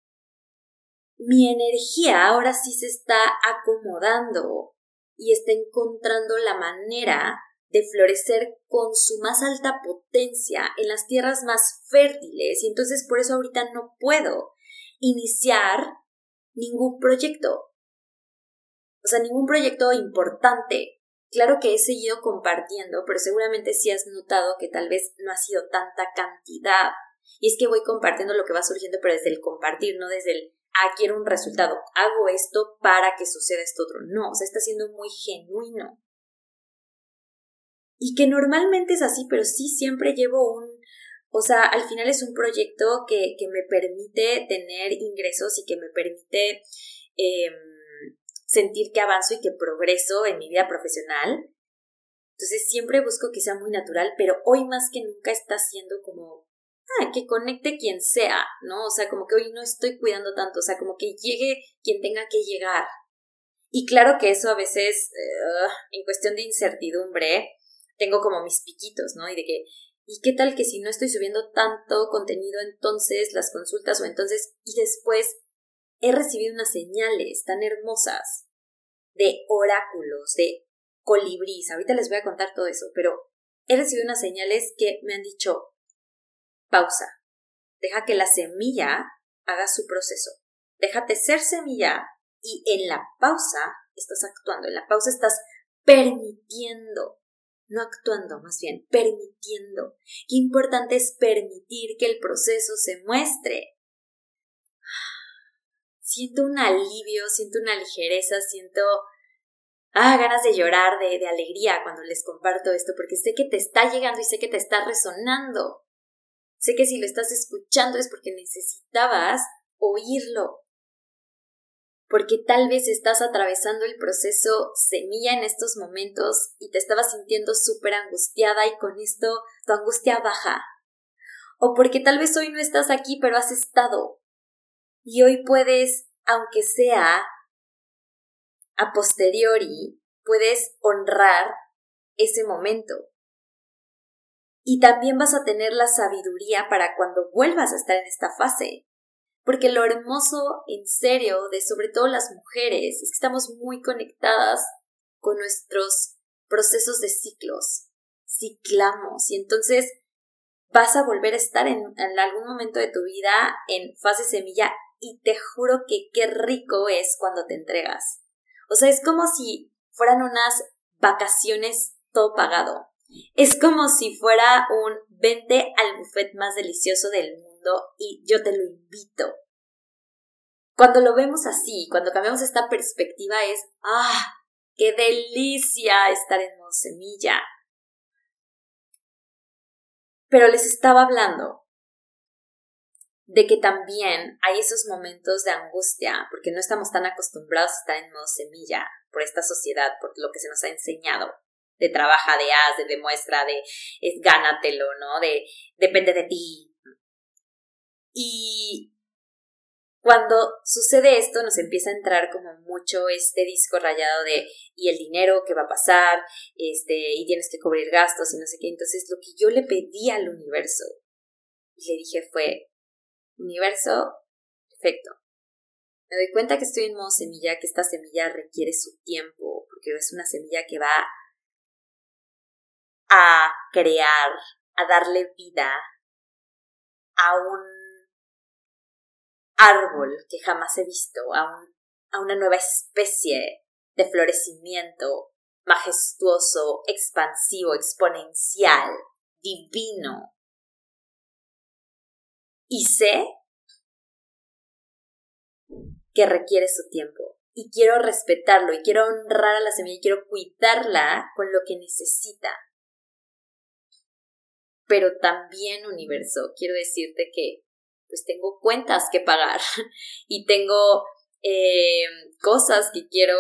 mi energía ahora sí se está acomodando y está encontrando la manera de florecer con su más alta potencia en las tierras más fértiles. Y entonces por eso ahorita no puedo iniciar ningún proyecto. O sea, ningún proyecto importante. Claro que he seguido compartiendo, pero seguramente sí has notado que tal vez no ha sido tanta cantidad. Y es que voy compartiendo lo que va surgiendo, pero desde el compartir, no desde el, ah, quiero un resultado, hago esto para que suceda esto otro. No, o sea, está siendo muy genuino. Y que normalmente es así, pero sí siempre llevo un... O sea, al final es un proyecto que, que me permite tener ingresos y que me permite eh, sentir que avanzo y que progreso en mi vida profesional. Entonces siempre busco que sea muy natural, pero hoy más que nunca está siendo como, ah, que conecte quien sea, ¿no? O sea, como que hoy no estoy cuidando tanto, o sea, como que llegue quien tenga que llegar. Y claro que eso a veces, uh, en cuestión de incertidumbre, tengo como mis piquitos, ¿no? Y de que, ¿y qué tal que si no estoy subiendo tanto contenido, entonces las consultas o entonces, y después he recibido unas señales tan hermosas de oráculos, de colibrís, ahorita les voy a contar todo eso, pero he recibido unas señales que me han dicho, pausa, deja que la semilla haga su proceso, déjate ser semilla y en la pausa estás actuando, en la pausa estás permitiendo, no actuando, más bien, permitiendo. Qué importante es permitir que el proceso se muestre. Siento un alivio, siento una ligereza, siento ah, ganas de llorar, de, de alegría cuando les comparto esto, porque sé que te está llegando y sé que te está resonando. Sé que si lo estás escuchando es porque necesitabas oírlo. Porque tal vez estás atravesando el proceso semilla en estos momentos y te estabas sintiendo súper angustiada y con esto tu angustia baja. O porque tal vez hoy no estás aquí pero has estado. Y hoy puedes, aunque sea a posteriori, puedes honrar ese momento. Y también vas a tener la sabiduría para cuando vuelvas a estar en esta fase. Porque lo hermoso, en serio, de sobre todo las mujeres, es que estamos muy conectadas con nuestros procesos de ciclos. Ciclamos. Y entonces vas a volver a estar en, en algún momento de tu vida en fase semilla y te juro que qué rico es cuando te entregas. O sea, es como si fueran unas vacaciones todo pagado. Es como si fuera un vente al buffet más delicioso del mundo y yo te lo invito. Cuando lo vemos así, cuando cambiamos esta perspectiva es ¡ah! ¡Qué delicia estar en modo semilla! Pero les estaba hablando de que también hay esos momentos de angustia, porque no estamos tan acostumbrados a estar en modo semilla por esta sociedad, por lo que se nos ha enseñado, de trabaja, de haz, de demuestra, de es gánatelo, ¿no? De depende de ti. Y cuando sucede esto nos empieza a entrar como mucho este disco rayado de y el dinero que va a pasar, este, y tienes que cubrir gastos y no sé qué. Entonces lo que yo le pedí al universo y le dije fue, universo, perfecto. Me doy cuenta que estoy en modo semilla, que esta semilla requiere su tiempo, porque es una semilla que va a crear, a darle vida a un árbol que jamás he visto, a, un, a una nueva especie de florecimiento majestuoso, expansivo, exponencial, divino. Y sé que requiere su tiempo. Y quiero respetarlo, y quiero honrar a la semilla, y quiero cuidarla con lo que necesita. Pero también, universo, quiero decirte que pues tengo cuentas que pagar y tengo eh, cosas que quiero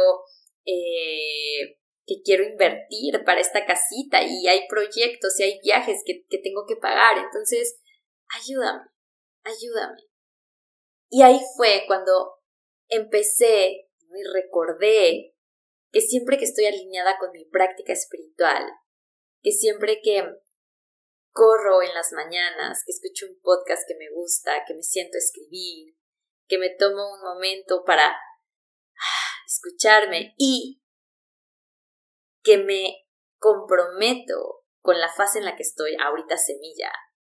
eh, que quiero invertir para esta casita y hay proyectos y hay viajes que, que tengo que pagar. Entonces, ayúdame, ayúdame. Y ahí fue cuando empecé y recordé que siempre que estoy alineada con mi práctica espiritual, que siempre que corro en las mañanas, que escucho un podcast que me gusta, que me siento a escribir, que me tomo un momento para ah, escucharme y que me comprometo con la fase en la que estoy ahorita semilla,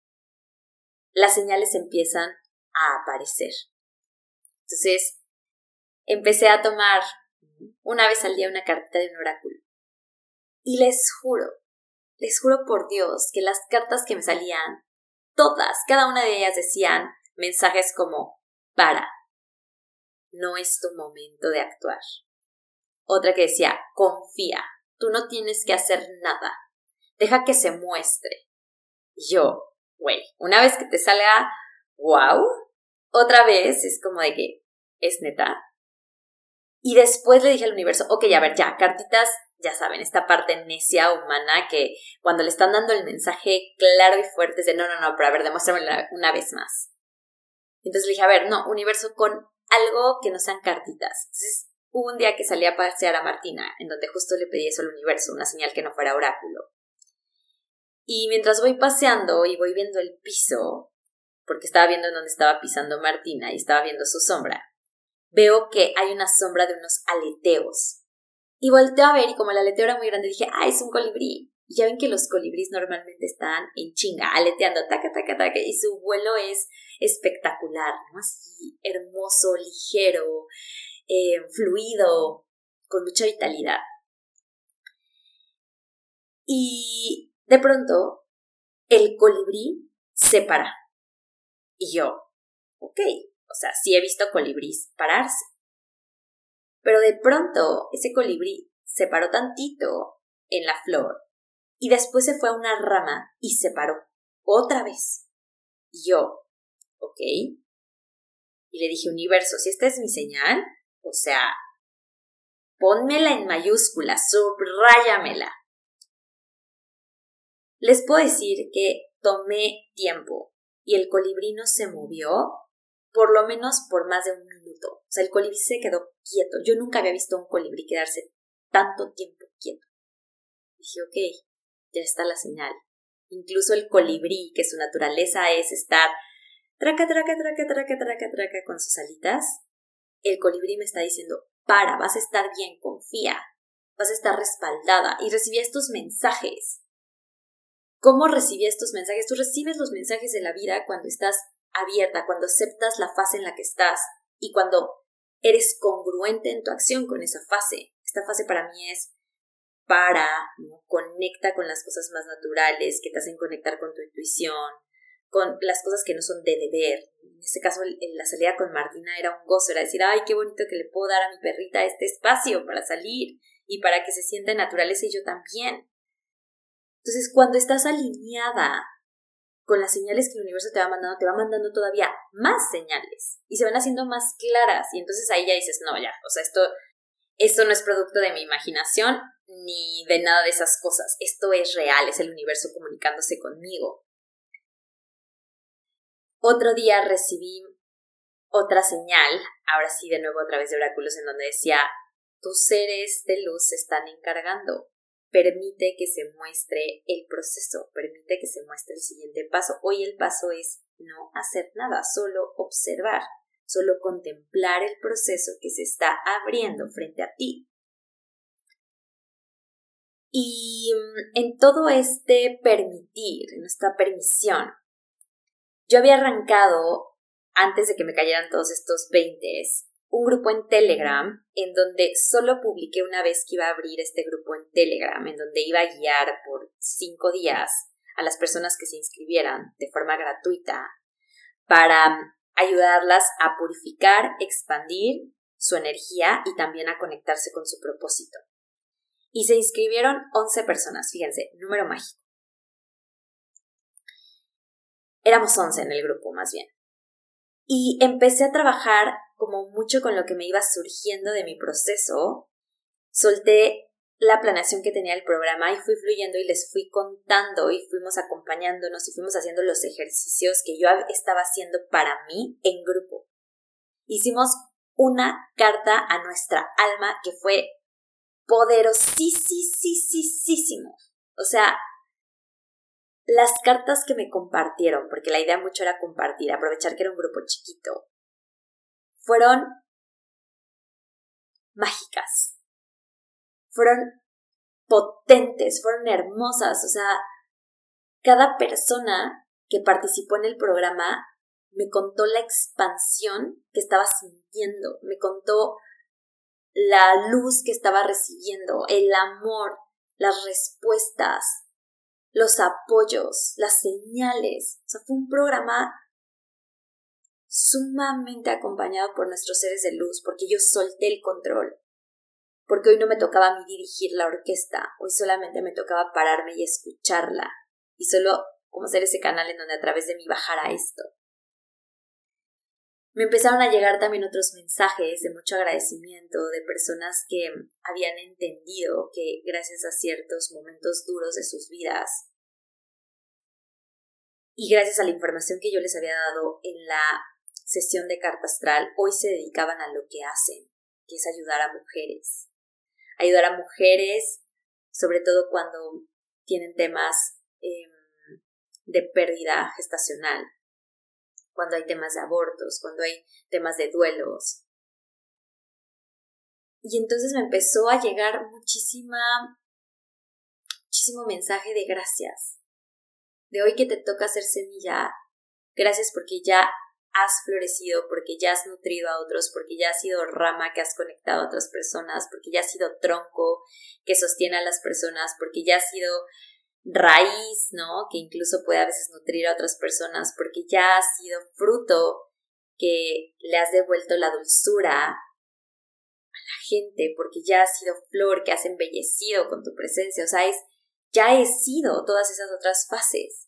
las señales empiezan a aparecer. Entonces, empecé a tomar una vez al día una cartita de un oráculo. Y les juro, les juro por Dios que las cartas que me salían, todas, cada una de ellas decían mensajes como, para, no es tu momento de actuar. Otra que decía, confía, tú no tienes que hacer nada, deja que se muestre. Y yo, güey, una vez que te salga, wow, otra vez es como de que, ¿es neta? Y después le dije al universo, ok, a ver, ya, cartitas, ya saben, esta parte necia humana que cuando le están dando el mensaje claro y fuerte es de no, no, no, pero a ver, demuéstramelo una vez más. Entonces le dije, a ver, no, universo, con algo que no sean cartitas. Entonces hubo un día que salí a pasear a Martina, en donde justo le pedí eso al universo, una señal que no fuera oráculo. Y mientras voy paseando y voy viendo el piso, porque estaba viendo en donde estaba pisando Martina y estaba viendo su sombra, veo que hay una sombra de unos aleteos. Y volteo a ver y como el aleteo era muy grande dije, ah, es un colibrí. Y ya ven que los colibríes normalmente están en chinga, aleteando, taca, taca, taca, y su vuelo es espectacular, ¿no? Así hermoso, ligero, eh, fluido, con mucha vitalidad. Y de pronto el colibrí se para. Y yo, ok, o sea, sí he visto colibrís pararse. Pero de pronto ese colibrí se paró tantito en la flor y después se fue a una rama y se paró otra vez. Y yo, ok. Y le dije, universo, si esta es mi señal, o sea, pónmela en mayúsculas, subráyamela. Les puedo decir que tomé tiempo y el colibrí no se movió por lo menos por más de un minuto. O sea, el colibrí se quedó quieto. Yo nunca había visto a un colibrí quedarse tanto tiempo quieto. Dije, ok, ya está la señal. Incluso el colibrí, que su naturaleza es estar traca, traca, traca, traca, traca, traca con sus alitas, el colibrí me está diciendo, para, vas a estar bien, confía, vas a estar respaldada. Y recibí estos mensajes. ¿Cómo recibí estos mensajes? Tú recibes los mensajes de la vida cuando estás abierta, cuando aceptas la fase en la que estás y cuando eres congruente en tu acción con esa fase. Esta fase para mí es para, ¿no? Conecta con las cosas más naturales que te hacen conectar con tu intuición, con las cosas que no son de deber. En este caso, en la salida con Martina era un gozo, era decir, ay, qué bonito que le puedo dar a mi perrita este espacio para salir y para que se sienta en naturaleza y yo también. Entonces, cuando estás alineada con las señales que el universo te va mandando, te va mandando todavía más señales y se van haciendo más claras. Y entonces ahí ya dices, no, ya, o sea, esto, esto no es producto de mi imaginación ni de nada de esas cosas. Esto es real, es el universo comunicándose conmigo. Otro día recibí otra señal, ahora sí de nuevo a través de oráculos, en donde decía, tus seres de luz se están encargando. Permite que se muestre el proceso, permite que se muestre el siguiente paso. Hoy el paso es no hacer nada, solo observar, solo contemplar el proceso que se está abriendo frente a ti. Y en todo este permitir, en esta permisión, yo había arrancado, antes de que me cayeran todos estos veintes, un grupo en Telegram en donde solo publiqué una vez que iba a abrir este grupo en Telegram, en donde iba a guiar por cinco días a las personas que se inscribieran de forma gratuita para ayudarlas a purificar, expandir su energía y también a conectarse con su propósito. Y se inscribieron once personas, fíjense, número mágico. Éramos once en el grupo, más bien. Y empecé a trabajar como mucho con lo que me iba surgiendo de mi proceso. Solté la planeación que tenía el programa y fui fluyendo y les fui contando y fuimos acompañándonos y fuimos haciendo los ejercicios que yo estaba haciendo para mí en grupo. Hicimos una carta a nuestra alma que fue poderosísimo. O sea, las cartas que me compartieron, porque la idea mucho era compartir, aprovechar que era un grupo chiquito, fueron mágicas, fueron potentes, fueron hermosas. O sea, cada persona que participó en el programa me contó la expansión que estaba sintiendo, me contó la luz que estaba recibiendo, el amor, las respuestas, los apoyos, las señales. O sea, fue un programa sumamente acompañado por nuestros seres de luz, porque yo solté el control, porque hoy no me tocaba a mí dirigir la orquesta, hoy solamente me tocaba pararme y escucharla, y solo como ser ese canal en donde a través de mí bajara esto. Me empezaron a llegar también otros mensajes de mucho agradecimiento de personas que habían entendido que gracias a ciertos momentos duros de sus vidas y gracias a la información que yo les había dado en la sesión de carta astral, hoy se dedicaban a lo que hacen, que es ayudar a mujeres. Ayudar a mujeres, sobre todo cuando tienen temas eh, de pérdida gestacional, cuando hay temas de abortos, cuando hay temas de duelos. Y entonces me empezó a llegar muchísima, muchísimo mensaje de gracias. De hoy que te toca hacer semilla, gracias porque ya has florecido, porque ya has nutrido a otros, porque ya has sido rama que has conectado a otras personas, porque ya has sido tronco que sostiene a las personas, porque ya has sido raíz, ¿no? Que incluso puede a veces nutrir a otras personas, porque ya has sido fruto que le has devuelto la dulzura a la gente, porque ya has sido flor que has embellecido con tu presencia. O sea, es, ya he sido todas esas otras fases.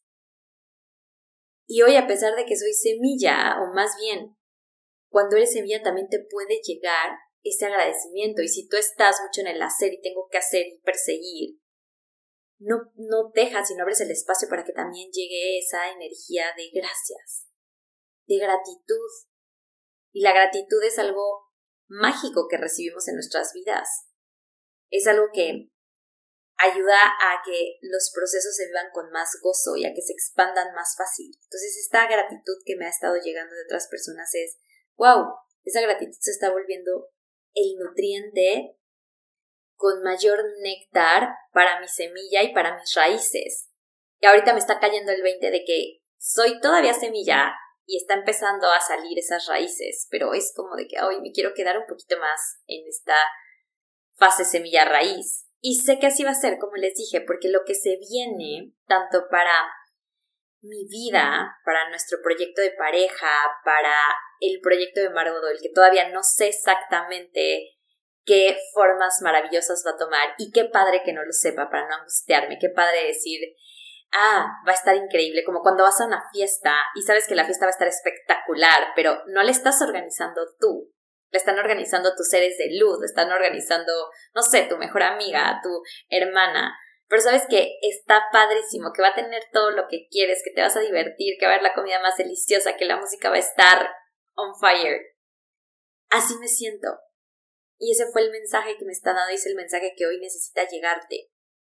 Y hoy, a pesar de que soy semilla, o más bien, cuando eres semilla también te puede llegar ese agradecimiento. Y si tú estás mucho en el hacer y tengo que hacer y perseguir, no, no dejas y no abres el espacio para que también llegue esa energía de gracias, de gratitud. Y la gratitud es algo mágico que recibimos en nuestras vidas. Es algo que ayuda a que los procesos se vivan con más gozo y a que se expandan más fácil. Entonces, esta gratitud que me ha estado llegando de otras personas es, wow, esa gratitud se está volviendo el nutriente con mayor néctar para mi semilla y para mis raíces. Y ahorita me está cayendo el veinte de que soy todavía semilla y está empezando a salir esas raíces, pero es como de que hoy me quiero quedar un poquito más en esta fase semilla-raíz. Y sé que así va a ser, como les dije, porque lo que se viene, tanto para mi vida, para nuestro proyecto de pareja, para el proyecto de Margot, el que todavía no sé exactamente qué formas maravillosas va a tomar, y qué padre que no lo sepa para no angustiarme, qué padre decir, ah, va a estar increíble, como cuando vas a una fiesta y sabes que la fiesta va a estar espectacular, pero no la estás organizando tú. La están organizando tus seres de luz, la están organizando, no sé, tu mejor amiga, tu hermana. Pero sabes que está padrísimo, que va a tener todo lo que quieres, que te vas a divertir, que va a haber la comida más deliciosa, que la música va a estar on fire. Así me siento. Y ese fue el mensaje que me está dando y es el mensaje que hoy necesita llegarte.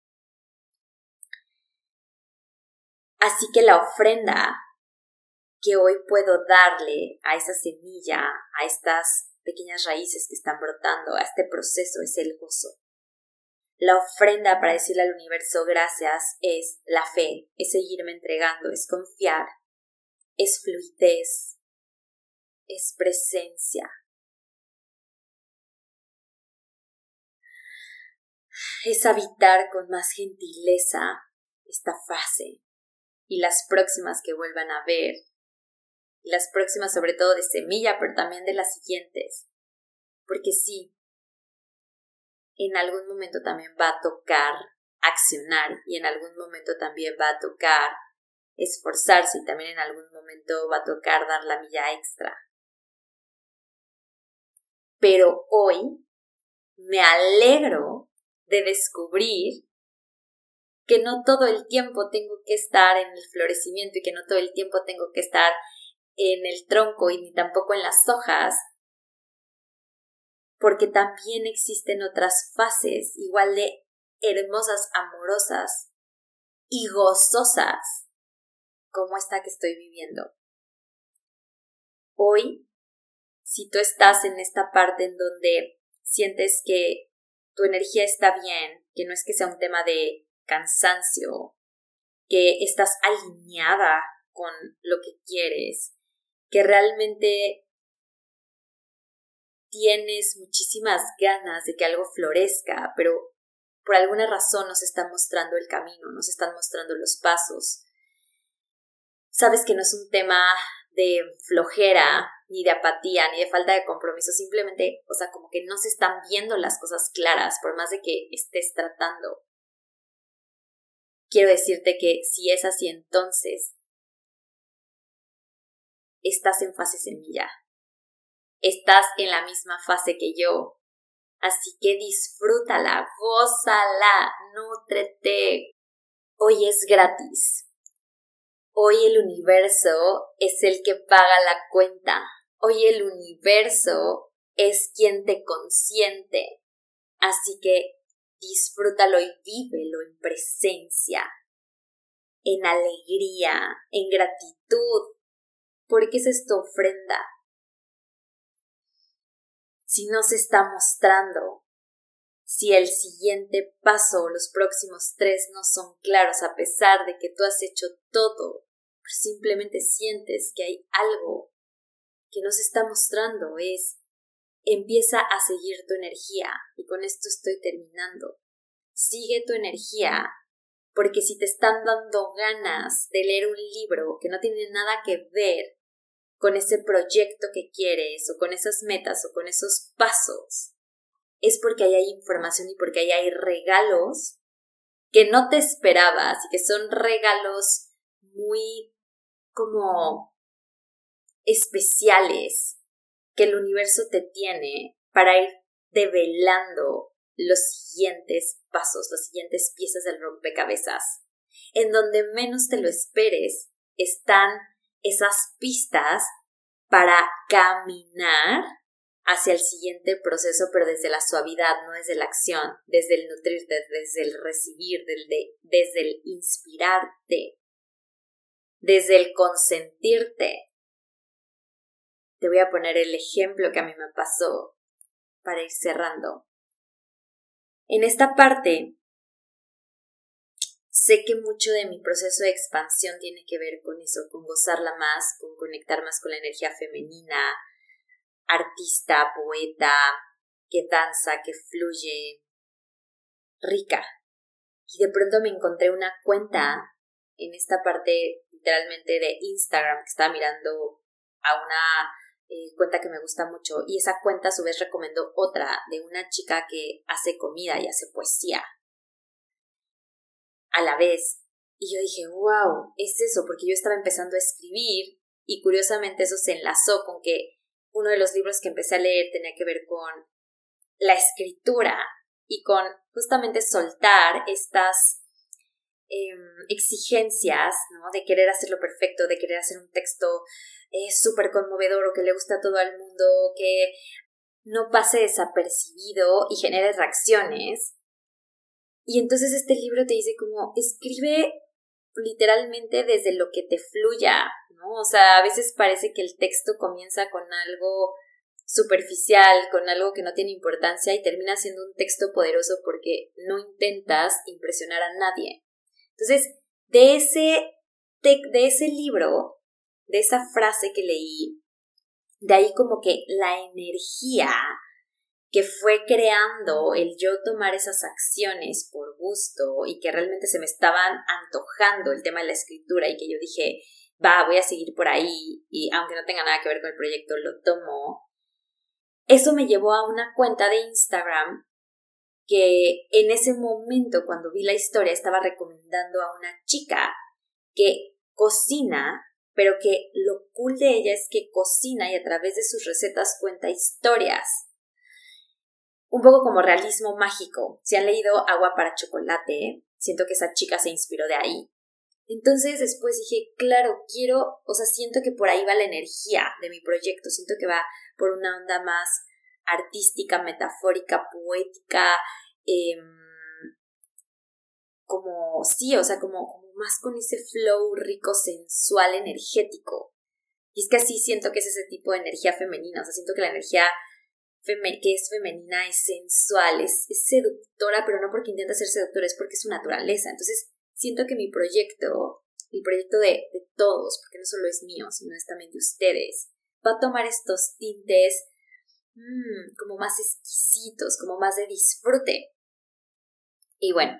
Así que la ofrenda que hoy puedo darle a esa semilla, a estas pequeñas raíces que están brotando, a este proceso, es el gozo. La ofrenda para decirle al universo gracias es la fe, es seguirme entregando, es confiar, es fluidez, es presencia. Es habitar con más gentileza esta fase y las próximas que vuelvan a ver, y las próximas sobre todo de semilla, pero también de las siguientes, porque sí, en algún momento también va a tocar accionar y en algún momento también va a tocar esforzarse y también en algún momento va a tocar dar la milla extra. Pero hoy me alegro de descubrir que no todo el tiempo tengo que estar en el florecimiento y que no todo el tiempo tengo que estar en el tronco y ni tampoco en las hojas, porque también existen otras fases igual de hermosas, amorosas y gozosas como esta que estoy viviendo. Hoy, si tú estás en esta parte en donde sientes que tu energía está bien, que no es que sea un tema de cansancio, que estás alineada con lo que quieres, que realmente tienes muchísimas ganas de que algo florezca, pero por alguna razón nos están mostrando el camino, nos están mostrando los pasos. Sabes que no es un tema de flojera, ni de apatía, ni de falta de compromiso, simplemente, o sea, como que no se están viendo las cosas claras, por más de que estés tratando. Quiero decirte que si es así, entonces estás en fase semilla. Estás en la misma fase que yo. Así que disfrútala, gózala, nútrete. Hoy es gratis. Hoy el universo es el que paga la cuenta. Hoy el universo es quien te consiente. Así que disfrútalo y vívelo en presencia, en alegría, en gratitud, porque esa es tu ofrenda. Si no se está mostrando, si el siguiente paso o los próximos tres no son claros a pesar de que tú has hecho todo, simplemente sientes que hay algo que nos está mostrando es: empieza a seguir tu energía. Y con esto estoy terminando. Sigue tu energía, porque si te están dando ganas de leer un libro que no tiene nada que ver con ese proyecto que quieres, o con esas metas, o con esos pasos, es porque ahí hay información y porque ahí hay regalos que no te esperabas y que son regalos muy como especiales que el universo te tiene para ir develando los siguientes pasos, las siguientes piezas del rompecabezas. En donde menos te lo esperes están esas pistas para caminar hacia el siguiente proceso, pero desde la suavidad, no desde la acción, desde el nutrirte, desde el recibir, desde, desde el inspirarte, desde el consentirte. Te voy a poner el ejemplo que a mí me pasó para ir cerrando. En esta parte, sé que mucho de mi proceso de expansión tiene que ver con eso, con gozarla más, con conectar más con la energía femenina, artista, poeta, que danza, que fluye, rica. Y de pronto me encontré una cuenta en esta parte literalmente de Instagram, que estaba mirando a una eh, cuenta que me gusta mucho, y esa cuenta a su vez recomendó otra de una chica que hace comida y hace poesía a la vez. Y yo dije, wow, es eso, porque yo estaba empezando a escribir y curiosamente eso se enlazó con que uno de los libros que empecé a leer tenía que ver con la escritura y con justamente soltar estas eh, exigencias, ¿no? De querer hacerlo perfecto, de querer hacer un texto eh, súper conmovedor o que le gusta a todo el mundo, que no pase desapercibido y genere reacciones. Y entonces este libro te dice como, escribe literalmente desde lo que te fluya, ¿no? O sea, a veces parece que el texto comienza con algo superficial, con algo que no tiene importancia y termina siendo un texto poderoso porque no intentas impresionar a nadie. Entonces, de ese, de, de ese libro, de esa frase que leí, de ahí como que la energía que fue creando el yo tomar esas acciones por gusto y que realmente se me estaban antojando el tema de la escritura y que yo dije, va, voy a seguir por ahí y aunque no tenga nada que ver con el proyecto, lo tomo. Eso me llevó a una cuenta de Instagram que en ese momento, cuando vi la historia, estaba recomendando a una chica que cocina, pero que lo cool de ella es que cocina y a través de sus recetas cuenta historias. Un poco como realismo mágico. Si han leído Agua para Chocolate, siento que esa chica se inspiró de ahí. Entonces después dije, claro, quiero, o sea, siento que por ahí va la energía de mi proyecto, siento que va por una onda más artística, metafórica, poética, eh, como, sí, o sea, como, como más con ese flow rico, sensual, energético. Y es que así siento que es ese tipo de energía femenina, o sea, siento que la energía Feme- que es femenina, es sensual, es, es seductora, pero no porque intenta ser seductora, es porque es su naturaleza. Entonces, siento que mi proyecto, el proyecto de, de todos, porque no solo es mío, sino es también de ustedes, va a tomar estos tintes mmm, como más exquisitos, como más de disfrute. Y bueno,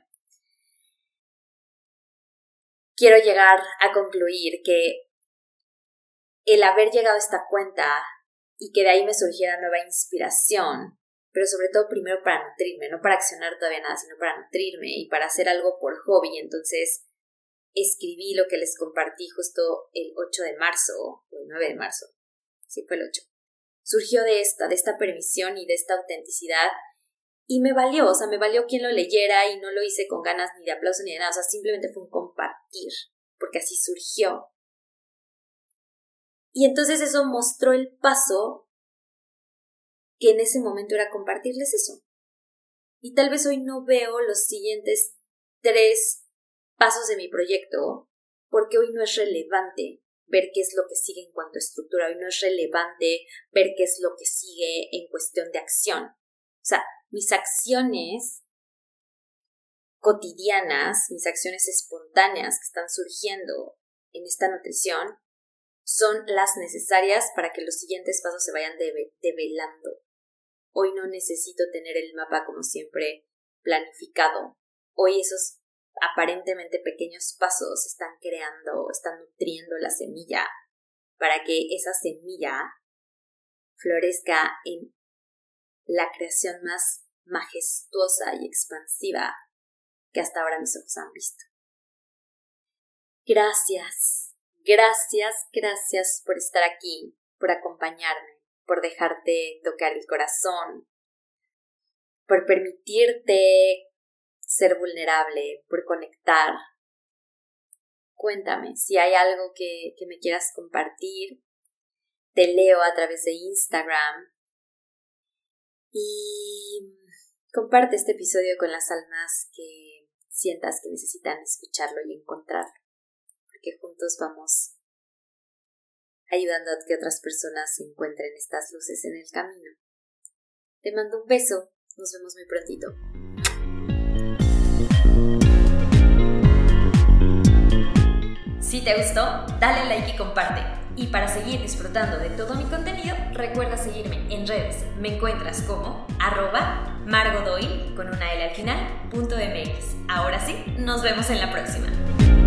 quiero llegar a concluir que el haber llegado a esta cuenta y que de ahí me surgiera nueva inspiración, pero sobre todo primero para nutrirme, no para accionar todavía nada, sino para nutrirme y para hacer algo por hobby. Entonces escribí lo que les compartí justo el ocho de marzo, o el nueve de marzo, sí fue el ocho. Surgió de esta, de esta permisión y de esta autenticidad y me valió, o sea, me valió quien lo leyera y no lo hice con ganas ni de aplauso ni de nada, o sea, simplemente fue un compartir, porque así surgió. Y entonces eso mostró el paso que en ese momento era compartirles eso. Y tal vez hoy no veo los siguientes tres pasos de mi proyecto, porque hoy no es relevante ver qué es lo que sigue en cuanto a estructura, hoy no es relevante ver qué es lo que sigue en cuestión de acción. O sea, mis acciones cotidianas, mis acciones espontáneas que están surgiendo en esta nutrición, son las necesarias para que los siguientes pasos se vayan deve- develando. Hoy no necesito tener el mapa como siempre planificado. Hoy esos aparentemente pequeños pasos están creando, están nutriendo la semilla para que esa semilla florezca en la creación más majestuosa y expansiva que hasta ahora mis ojos han visto. Gracias, gracias, gracias por estar aquí, por acompañarme, por dejarte tocar el corazón, por permitirte ser vulnerable, por conectar. Cuéntame si hay algo que, que me quieras compartir. Te leo a través de Instagram. Y comparte este episodio con las almas que sientas que necesitan escucharlo y encontrarlo. Porque juntos vamos ayudando a que otras personas encuentren estas luces en el camino. Te mando un beso. Nos vemos muy prontito. Si te gustó, dale like y comparte. Y para seguir disfrutando de todo mi contenido, recuerda seguirme en redes. Me encuentras como arroba margodoyle con una L al final, punto mx. Ahora sí, nos vemos en la próxima.